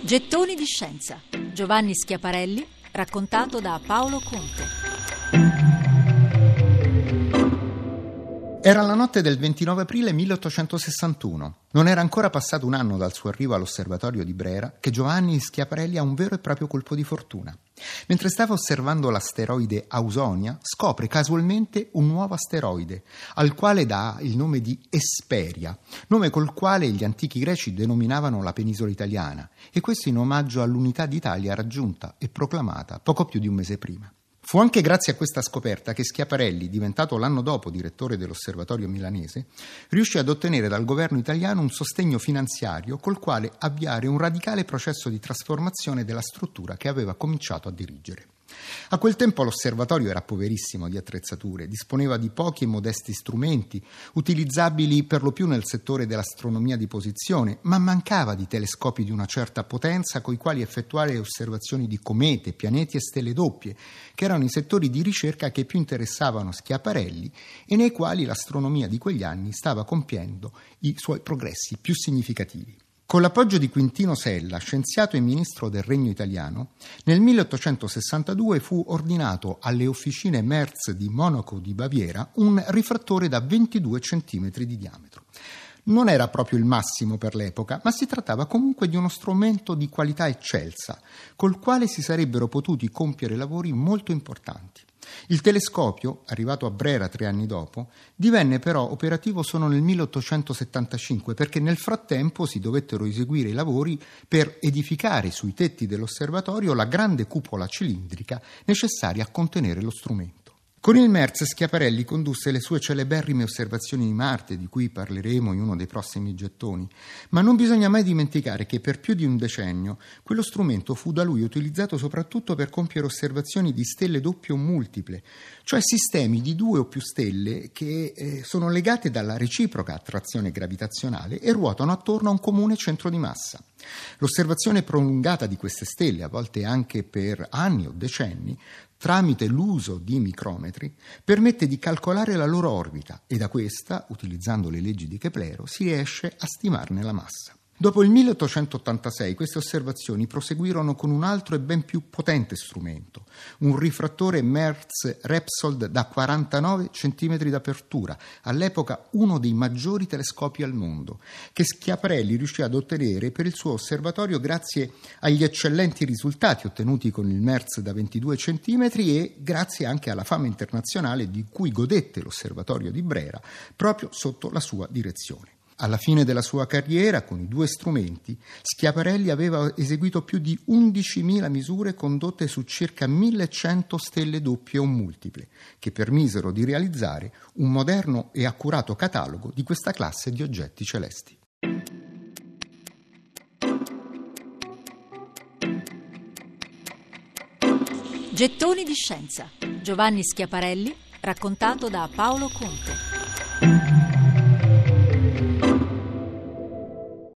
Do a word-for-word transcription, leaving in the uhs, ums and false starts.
Gettoni di scienza. Giovanni Schiaparelli, raccontato da Paolo Conte. Era la notte del ventinove aprile milleottocentosessantuno. Non era ancora passato un anno dal suo arrivo all'osservatorio di Brera che Giovanni Schiaparelli ha un vero e proprio colpo di fortuna. Mentre stava osservando l'asteroide Ausonia, scopre casualmente un nuovo asteroide, al quale dà il nome di Hesperia, nome col quale gli antichi greci denominavano la penisola italiana, e questo in omaggio all'unità d'Italia raggiunta e proclamata poco più di un mese prima. Fu anche grazie a questa scoperta che Schiaparelli, diventato l'anno dopo direttore dell'osservatorio milanese, riuscì ad ottenere dal governo italiano un sostegno finanziario col quale avviare un radicale processo di trasformazione della struttura che aveva cominciato a dirigere. A quel tempo l'osservatorio era poverissimo di attrezzature, disponeva di pochi e modesti strumenti, utilizzabili per lo più nel settore dell'astronomia di posizione, ma mancava di telescopi di una certa potenza coi quali effettuare osservazioni di comete, pianeti e stelle doppie, che erano i settori di ricerca che più interessavano Schiaparelli e nei quali l'astronomia di quegli anni stava compiendo i suoi progressi più significativi. Con l'appoggio di Quintino Sella, scienziato e ministro del Regno Italiano, nel milleottocentosessantadue fu ordinato alle officine Merz di Monaco di Baviera un rifrattore da ventidue centimetri di diametro. Non era proprio il massimo per l'epoca, ma si trattava comunque di uno strumento di qualità eccelsa, col quale si sarebbero potuti compiere lavori molto importanti. Il telescopio, arrivato a Brera tre anni dopo, divenne però operativo solo nel milleottocentosettantacinque perché nel frattempo si dovettero eseguire i lavori per edificare sui tetti dell'osservatorio la grande cupola cilindrica necessaria a contenere lo strumento. Con il Merz Schiaparelli condusse le sue celeberrime osservazioni di Marte, di cui parleremo in uno dei prossimi gettoni, ma non bisogna mai dimenticare che per più di un decennio quello strumento fu da lui utilizzato soprattutto per compiere osservazioni di stelle doppie o multiple, cioè sistemi di due o più stelle che eh, sono legate dalla reciproca attrazione gravitazionale e ruotano attorno a un comune centro di massa. L'osservazione prolungata di queste stelle, a volte anche per anni o decenni, tramite l'uso di micrometri, permette di calcolare la loro orbita e da questa, utilizzando le leggi di Keplero, si riesce a stimarne la massa. Dopo il milleottocentottantasei queste osservazioni proseguirono con un altro e ben più potente strumento, un rifrattore Merz Repsold da quarantanove centimetri d'apertura, all'epoca uno dei maggiori telescopi al mondo, che Schiaparelli riuscì ad ottenere per il suo osservatorio grazie agli eccellenti risultati ottenuti con il Merz da ventidue centimetri e grazie anche alla fama internazionale di cui godette l'osservatorio di Brera proprio sotto la sua direzione. Alla fine della sua carriera, con i due strumenti, Schiaparelli aveva eseguito più di undicimila misure condotte su circa millecento stelle doppie o multiple, che permisero di realizzare un moderno e accurato catalogo di questa classe di oggetti celesti. Gettoni di scienza. Giovanni Schiaparelli, raccontato da Paolo Conte.